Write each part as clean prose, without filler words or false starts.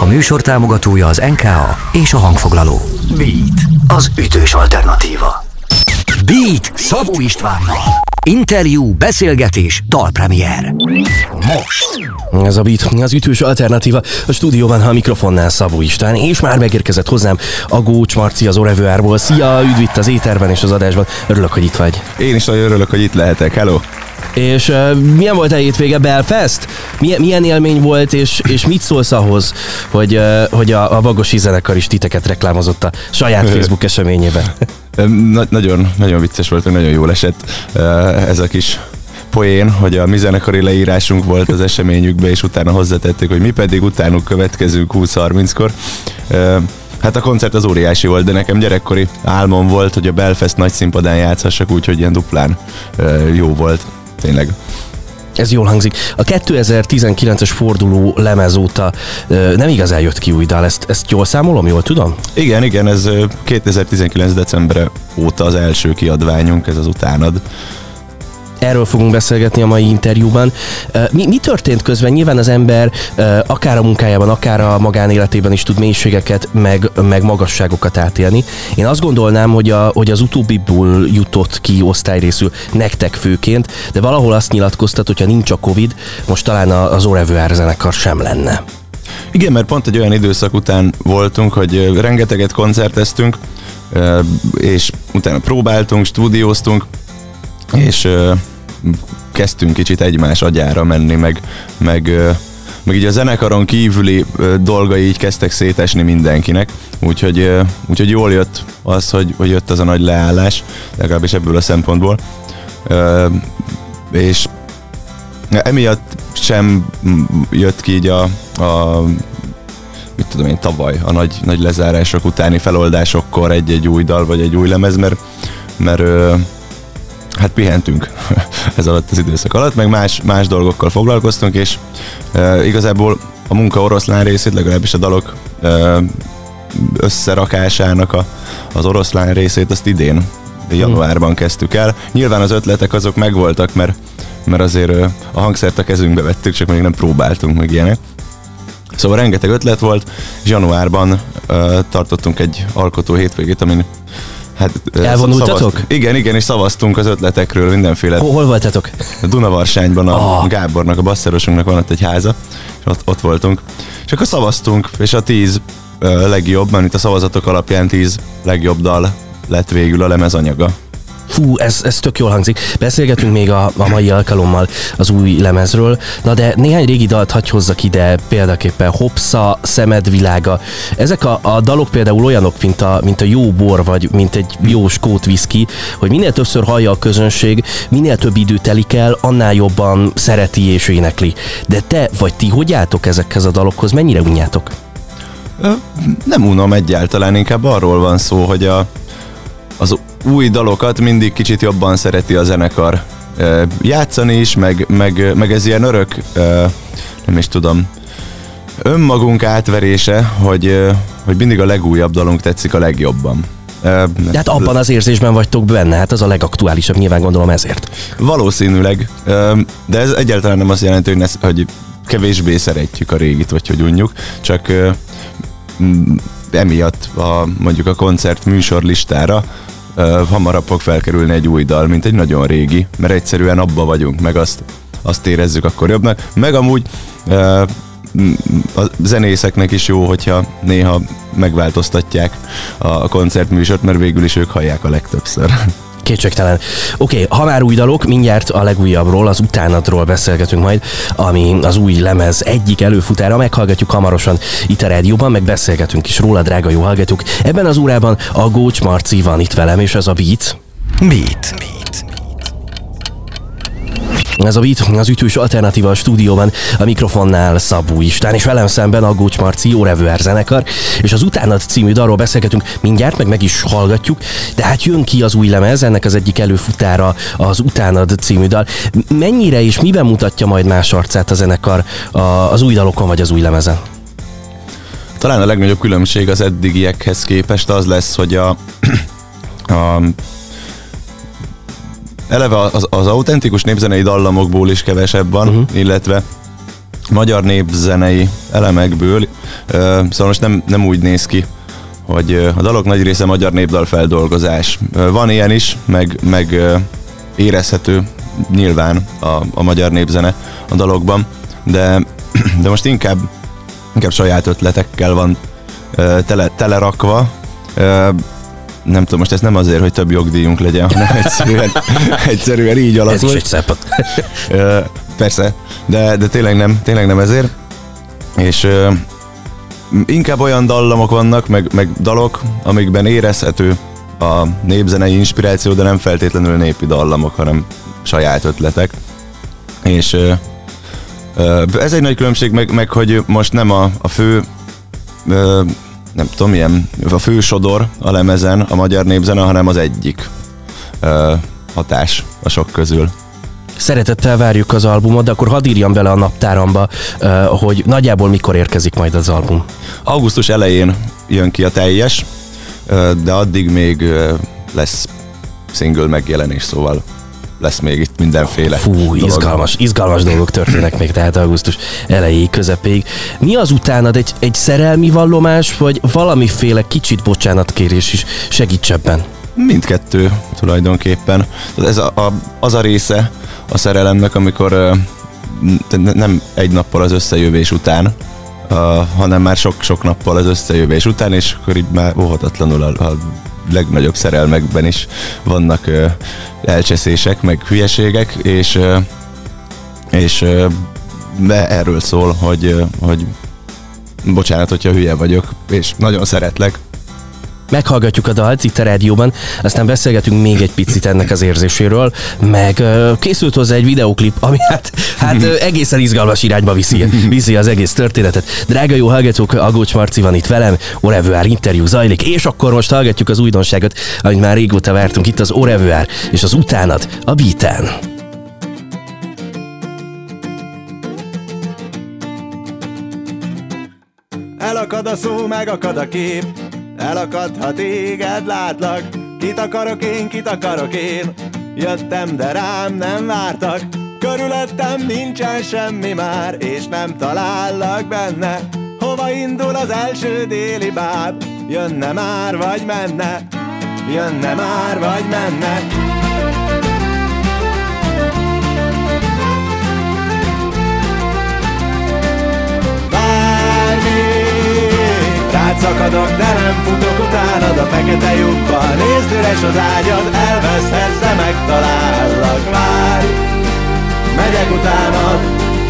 műsor támogatója az NKA és a hangfoglaló. Beat, az ütős alternatíva. Beat Szabó Istvánnal. Interjú, beszélgetés, dalpremier. Most. Ez a Beat, az ütős alternatíva. A stúdióban a mikrofonnál Szabó István, és már megérkezett hozzám a Gócs Marci az Au Revoir-ból. Szia, üdv itt az éterben és az adásban. Örülök, hogy itt vagy. Én is nagyon örülök, hogy itt lehetek. Hello! És milyen volt a hétvége? Belfast? Milyen élmény volt, és mit szólsz ahhoz, hogy a Bagosi zenekar is titeket reklámozott a saját Facebook eseményében? Nagyon vicces volt, nagyon jól esett ez a kis poén, hogy a mi zenekari leírásunk volt az eseményükbe, és utána hozzátettük, hogy mi pedig utánuk következünk 20-30-kor. Hát a koncert az óriási volt, de nekem gyerekkori álmom volt, hogy a Belfast nagy színpadán játszhassak, úgyhogy ilyen duplán jó volt, tényleg. Ez jól hangzik. A 2019-es forduló lemez óta nem igazán jött ki új dal, ezt jól számolom, jól tudom? Igen, ez 2019. december óta az első kiadványunk, ez az Utánad. Erről fogunk beszélgetni a mai interjúban. Mi történt közben? Nyilván az ember akár a munkájában, akár a magánéletében is tud mélységeket, meg magasságokat átélni. Én azt gondolnám, hogy az utóbbiból jutott ki osztályrészül nektek főként, de valahol azt nyilatkoztat, hogyha nincs a Covid, most talán az Au Revoir zenekar sem lenne. Igen, mert pont egy olyan időszak után voltunk, hogy rengeteget koncerteztünk, és utána próbáltunk, stúdióztunk, és kezdtünk kicsit egymás agyára menni, meg így a zenekaron kívüli dolgai így kezdtek szétesni mindenkinek, úgyhogy jól jött az, hogy jött az a nagy leállás, legalábbis ebből a szempontból, és emiatt sem jött ki így a mit tudom én, tavaly a nagy lezárások utáni feloldásokkor egy új dal vagy egy új lemez, mert hát pihentünk ez alatt az időszak alatt, meg más dolgokkal foglalkoztunk, és igazából a munka oroszlán részét, legalábbis a dalok összerakásának az oroszlán részét, azt idén, januárban kezdtük el. Nyilván az ötletek azok megvoltak, mert azért a hangszert a kezünkbe vettük, csak még nem próbáltunk meg ilyenek. Szóval rengeteg ötlet volt, és januárban tartottunk egy alkotó hétvégét, amin elvonultatok? Igen, és szavaztunk az ötletekről mindenféle. Hol voltatok? Dunavarsányban a Gábornak, a basszerosunknak van ott egy háza, és ott voltunk. És akkor szavaztunk, és a 10 legjobb, mert itt a szavazatok alapján 10 legjobb dal lett végül a lemezanyaga. Fú, ez tök jól hangzik. Beszélgetünk még a mai alkalommal az új lemezről, na de néhány régi dalt hagyj hozzak ide, példaképpen Hopsa, Szemed világa. Ezek a dalok például olyanok, mint a jó bor, vagy mint egy jó skót viszki, hogy minél többször hallja a közönség, minél több idő telik el, annál jobban szereti és énekli. De te vagy ti, hogy álltok ezekhez a dalokhoz, mennyire unjátok? Nem unom egyáltalán, inkább arról van szó, hogy az új dalokat mindig kicsit jobban szereti a zenekar játszani is, meg ez ilyen örök, nem is tudom, önmagunk átverése, hogy mindig a legújabb dalunk tetszik a legjobban. De hát abban az érzésben vagytok benne, hát az a legaktuálisabb, nyilván gondolom ezért. Valószínűleg, de ez egyáltalán nem azt jelenti, hogy kevésbé szeretjük a régit, vagy hogy unjuk, csak emiatt mondjuk a koncert műsorlistára hamarabb fog felkerülni egy új dal, mint egy nagyon régi, mert egyszerűen abba vagyunk, meg azt érezzük akkor jobbnak. Meg amúgy a zenészeknek is jó, hogyha néha megváltoztatják a koncertműsort, mert végül is ők hallják a legtöbbször. Kétségtelen. Oké, ha már új dalok, mindjárt a legújabbról, az Utánadról beszélgetünk majd, ami az új lemez egyik előfutára, meghallgatjuk hamarosan itt a rádióban, meg beszélgetünk is róla, drága jó hallgatók. Ebben az órában a Gócs Marci van itt velem, és ez a Beat. Ez a Beat, az ütős alternatíva a stúdióban, a mikrofonnál Szabó István, és velem szemben a Gócs Marci Au Revoir zenekar, és az Utánad című dalról beszélgetünk mindjárt, meg is hallgatjuk, de hát jön ki az új lemez, ennek az egyik előfutára az Utánad című dal. Mennyire és miben mutatja majd más arcát a zenekar az új dalokon vagy az új lemezen? Talán a legnagyobb különbség az eddigiekhez képest az lesz, hogy eleve az autentikus népzenei dallamokból is kevesebb van, illetve magyar népzenei elemekből, szóval most nem úgy néz ki, hogy a dalok nagy része magyar népdal feldolgozás. Van ilyen is, meg érezhető nyilván a magyar népzene a dalokban, de most inkább saját ötletekkel van telerakva. Nem tudom, most ez nem azért, hogy több jogdíjunk legyen, hanem egyszerűen így alakul. Ez is egy szép. Persze, de tényleg nem ezért. És inkább olyan dallamok vannak, meg dalok, amikben érezhető a népzenei inspiráció, de nem feltétlenül népi dallamok, hanem saját ötletek. És ez egy nagy különbség, meg hogy most nem a fő, nem tudom, a fő sodor a lemezen a magyar népzene, hanem az egyik hatás a sok közül. Szeretettel várjuk az albumot, de akkor hadd írjam bele a naptáramba, hogy nagyjából mikor érkezik majd az album. Augusztus elején jön ki a teljes, de addig még lesz single megjelenés, szóval lesz még itt mindenféle. Fú, izgalmas dolgok történnek még, tehát augusztus elejéig, közepéig. Mi az utánad, egy szerelmi vallomás, vagy valamiféle kicsit bocsánatkérés is segíts ebben? Mindkettő tulajdonképpen. Ez az a része a szerelemnek, amikor nem egy nappal az összejövés után, hanem már sok nappal az összejövés után, és akkor így már óhatatlanul a legnagyobb szerelmekben is vannak elcseszések, meg hülyeségek, és erről szól, hogy bocsánat, hogyha hülye vagyok, és nagyon szeretlek. Meghallgatjuk a dalt itt a rádióban, aztán beszélgetünk még egy picit ennek az érzéséről, meg készült hozzá egy videóklip, ami hát egészen izgalmas irányba viszi az egész történetet. Drága jó hallgatók, Agócs Marci van itt velem, Au revoir interjú zajlik, és akkor most hallgatjuk az újdonságot, amit már régóta vártunk, itt az Au revoir, és az utánad a Beaten. Elakad a szó, megakad a kép, elakad, ha téged látlak. Kit akarok én, jöttem, de rám nem vártak. Körülöttem nincsen semmi már, és nem talállak benne. Hova indul az első déli báb? Jönne már vagy menne, jönne már vagy menne. Rád szakadok, de nem futok utánad a fekete lyukban. Nézd, üres az ágyad, elveszhetsz, de megtalállak. Várj, megyek utánad.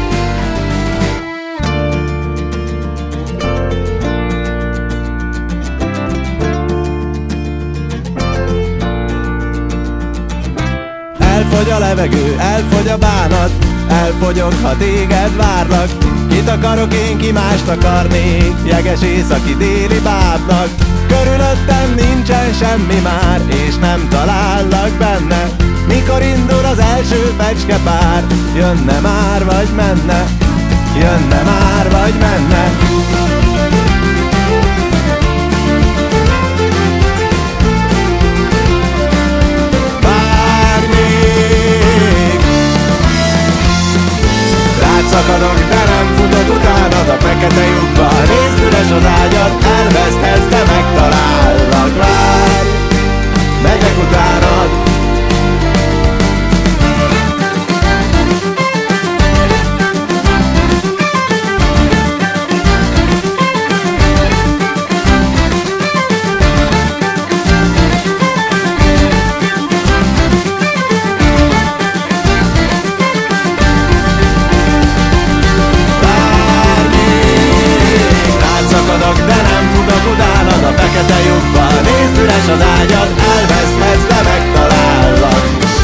Elfogy a levegő, elfogy a bánat, elfogyok, ha téged várlak. Kit akarok én, ki mást akarnék, jeges északi déli bábnak. Körülöttem nincsen semmi már, és nem talállak benne. Mikor indul az első fecskepár? Jönne már vagy menne, jönne már vagy menne. Szakadok, de nem futok utánad a fekete lyukba. Nézd, üres az ágyad, elveszthetsz, de megtalállak. Várj, megyek utánad. Fekete lyukban, nézd, üres az ágyad, elveszthetsz, de megtalállak.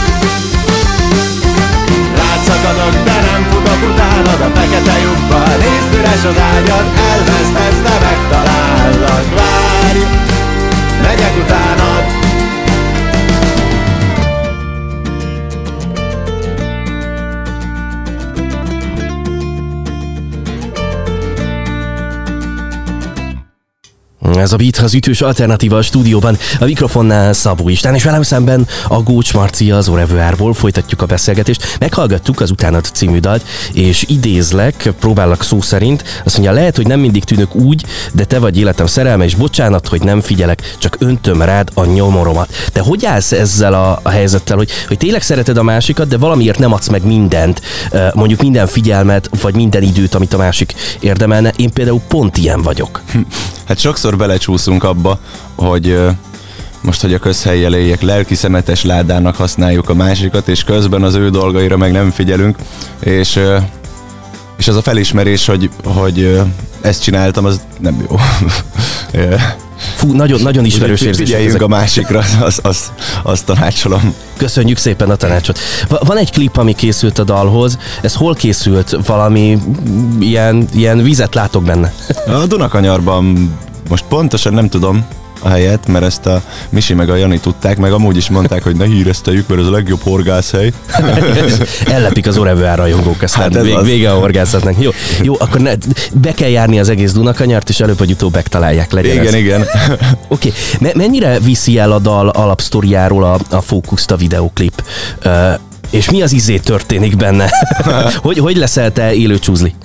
Rád szakadok, de nem futok utánad a fekete lyukban. Nézd, üres az ágyad, elveszthetsz, de megtalállak. Várj, megyek utánad. Ez a Beat, az ütős alternatíva a stúdióban, a mikrofonnál Szabó István, és velem szemben a Gócs Marci az Au Revoir-ból. Folytatjuk a beszélgetést. Meghallgattuk az Utánad című dalt, és idézlek, próbálok szó szerint, azt mondja, lehet, hogy nem mindig tűnök úgy, de te vagy életem szerelme, és bocsánat, hogy nem figyelek, csak öntöm rád a nyomoromat. Te hogy állsz ezzel a helyzettel, hogy tényleg szereted a másikat, de valamiért nem adsz meg mindent, mondjuk minden figyelmet, vagy minden időt, amit a másik érdemelne? Én például pont ilyen vagyok. Hát sokszor belecsúszunk abba, hogy most, hogy a közhellyel éljek, lelki szemetes ládának használjuk a másikat, és közben az ő dolgaira meg nem figyelünk, és az a felismerés, hogy ezt csináltam, az nem jó. Fú, nagyon ismerős érzés. Figyeljünk a másikra, azt tanácsolom. Köszönjük szépen a tanácsot. Van egy klip, ami készült a dalhoz. Ez hol készült? Valami ilyen vizet látok benne. A Dunakanyarban, most pontosan nem tudom a helyet, mert ezt a Misi meg a Jani tudták, meg amúgy is mondták, hogy ne híreszteljük, mert ez a legjobb horgászhely. Ellepik az Au Revoir rajongók, aztán hát vége a horgászatnak. Jó, akkor be kell járni az egész Dunakanyart, és előbb vagy utóbb megtalálják. Legyen igen. Oké. Mennyire viszi el a dal alapsztoriáról a fókuszt a videóklip? És mi az történik benne? hogy leszel te élő csúzli?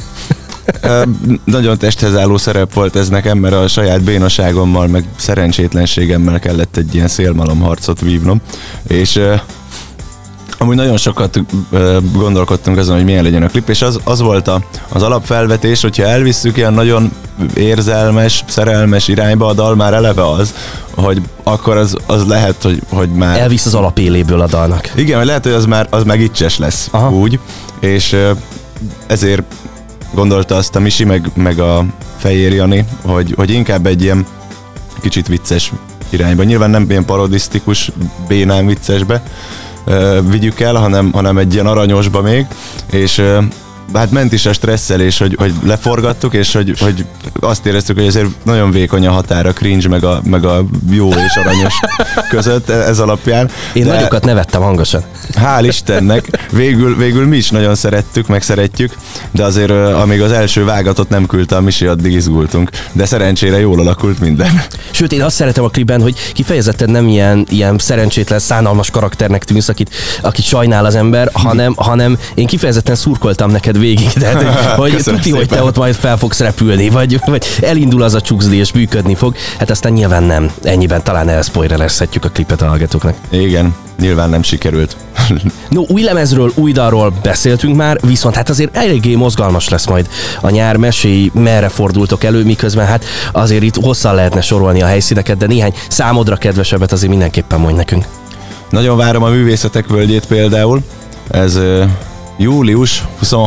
Nagyon testhez álló szerep volt ez nekem, mert a saját bénaságommal, meg szerencsétlenségemmel kellett egy ilyen szélmalomharcot vívnom, és amúgy nagyon sokat gondolkodtunk azon, hogy milyen legyen a klip, és az volt az alapfelvetés, hogyha elvisszük ilyen nagyon érzelmes, szerelmes irányba, a dal már eleve az, hogy akkor az lehet, hogy már... Elvisz az alapéléből a dalnak. Igen, hogy lehet, hogy az már gicses lesz. Aha. Úgy, és ezért gondolta azt a Misi, meg a Fejér Jani, hogy inkább egy ilyen kicsit vicces irányba. Nyilván nem ilyen parodisztikus, bénán viccesbe vigyük el, hanem egy ilyen aranyosba még, és hát ment is a stresszelés, hogy leforgattuk, és hogy azt éreztük, hogy azért nagyon vékony a határ a cringe, meg a jó és aranyos között ez alapján. Én nagyokat nevettem hangosan. Hál' Istennek, végül mi is nagyon szerettük, meg szeretjük, de azért amíg az első vágatot nem küldte a Misi, addig izgultunk. De szerencsére jól alakult minden. Sőt, én azt szeretem a klipben, hogy kifejezetten nem ilyen szerencsétlen, szánalmas karakternek tűnsz, akit sajnál az ember, hanem én kifejezetten szurkoltam neked végig. Tehát, hogy tuti, hogy te ott majd fel fogsz repülni, vagy elindul az a csúszli és működni fog. Hát aztán nyilván nem. Ennyiben talán elspoilerezhetjük a klipet a hallgatóknak. Igen, nyilván nem sikerült. No, új lemezről, új dalról beszéltünk már, viszont hát azért eléggé mozgalmas lesz majd a nyár. Mesélj, merre fordultok elő, miközben hát azért itt hosszan lehetne sorolni a helyszíneket, de néhány számodra kedvesebbet azért mindenképpen mondj nekünk. Nagyon várom a Művészetek Völgyét például. Ez július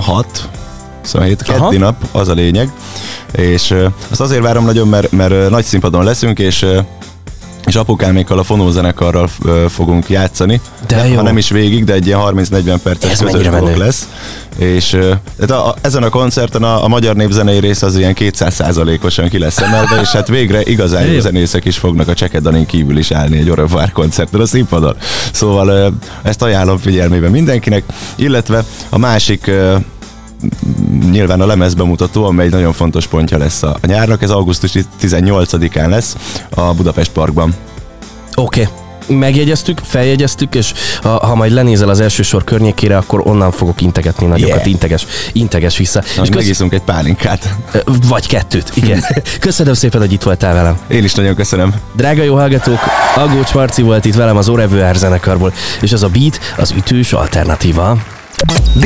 27, keddi nap, az a lényeg. És azt azért várom nagyon, mert nagy színpadon leszünk, és apukámékkal, a fonózenekarral fogunk játszani. Ha nem is végig, de egy ilyen 30-40 perces közös dolog lesz. És ezen a koncerten a magyar népzenei rész az ilyen 200%-osan ki lesz emelve, és hát végre igazán jó zenészek is fognak a Csekedanin kívül is állni egy Au Revoir koncerten a színpadon. Szóval ezt ajánlom figyelmébe mindenkinek, illetve a másik nyilván a lemezbemutató, amely egy nagyon fontos pontja lesz a nyárnak, ez augusztus 18-án lesz a Budapest Parkban. Oké. Megjegyeztük, feljegyeztük, és ha majd lenézel az első sor környékére, akkor onnan fogok integetni nagyokat, integes vissza. És megiszunk egy pálinkát. Vagy kettőt, igen. Köszönöm szépen, hogy itt voltál velem. Én is nagyon köszönöm. Drága jó hallgatók, a Gócs Marci volt itt velem az Au Revoir zenekarból, és az a Beat, az ütős alternatíva.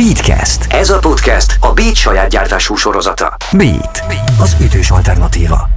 Beatcast. Ez a podcast a Beat saját gyártású sorozata. Beat, az ütős alternatíva.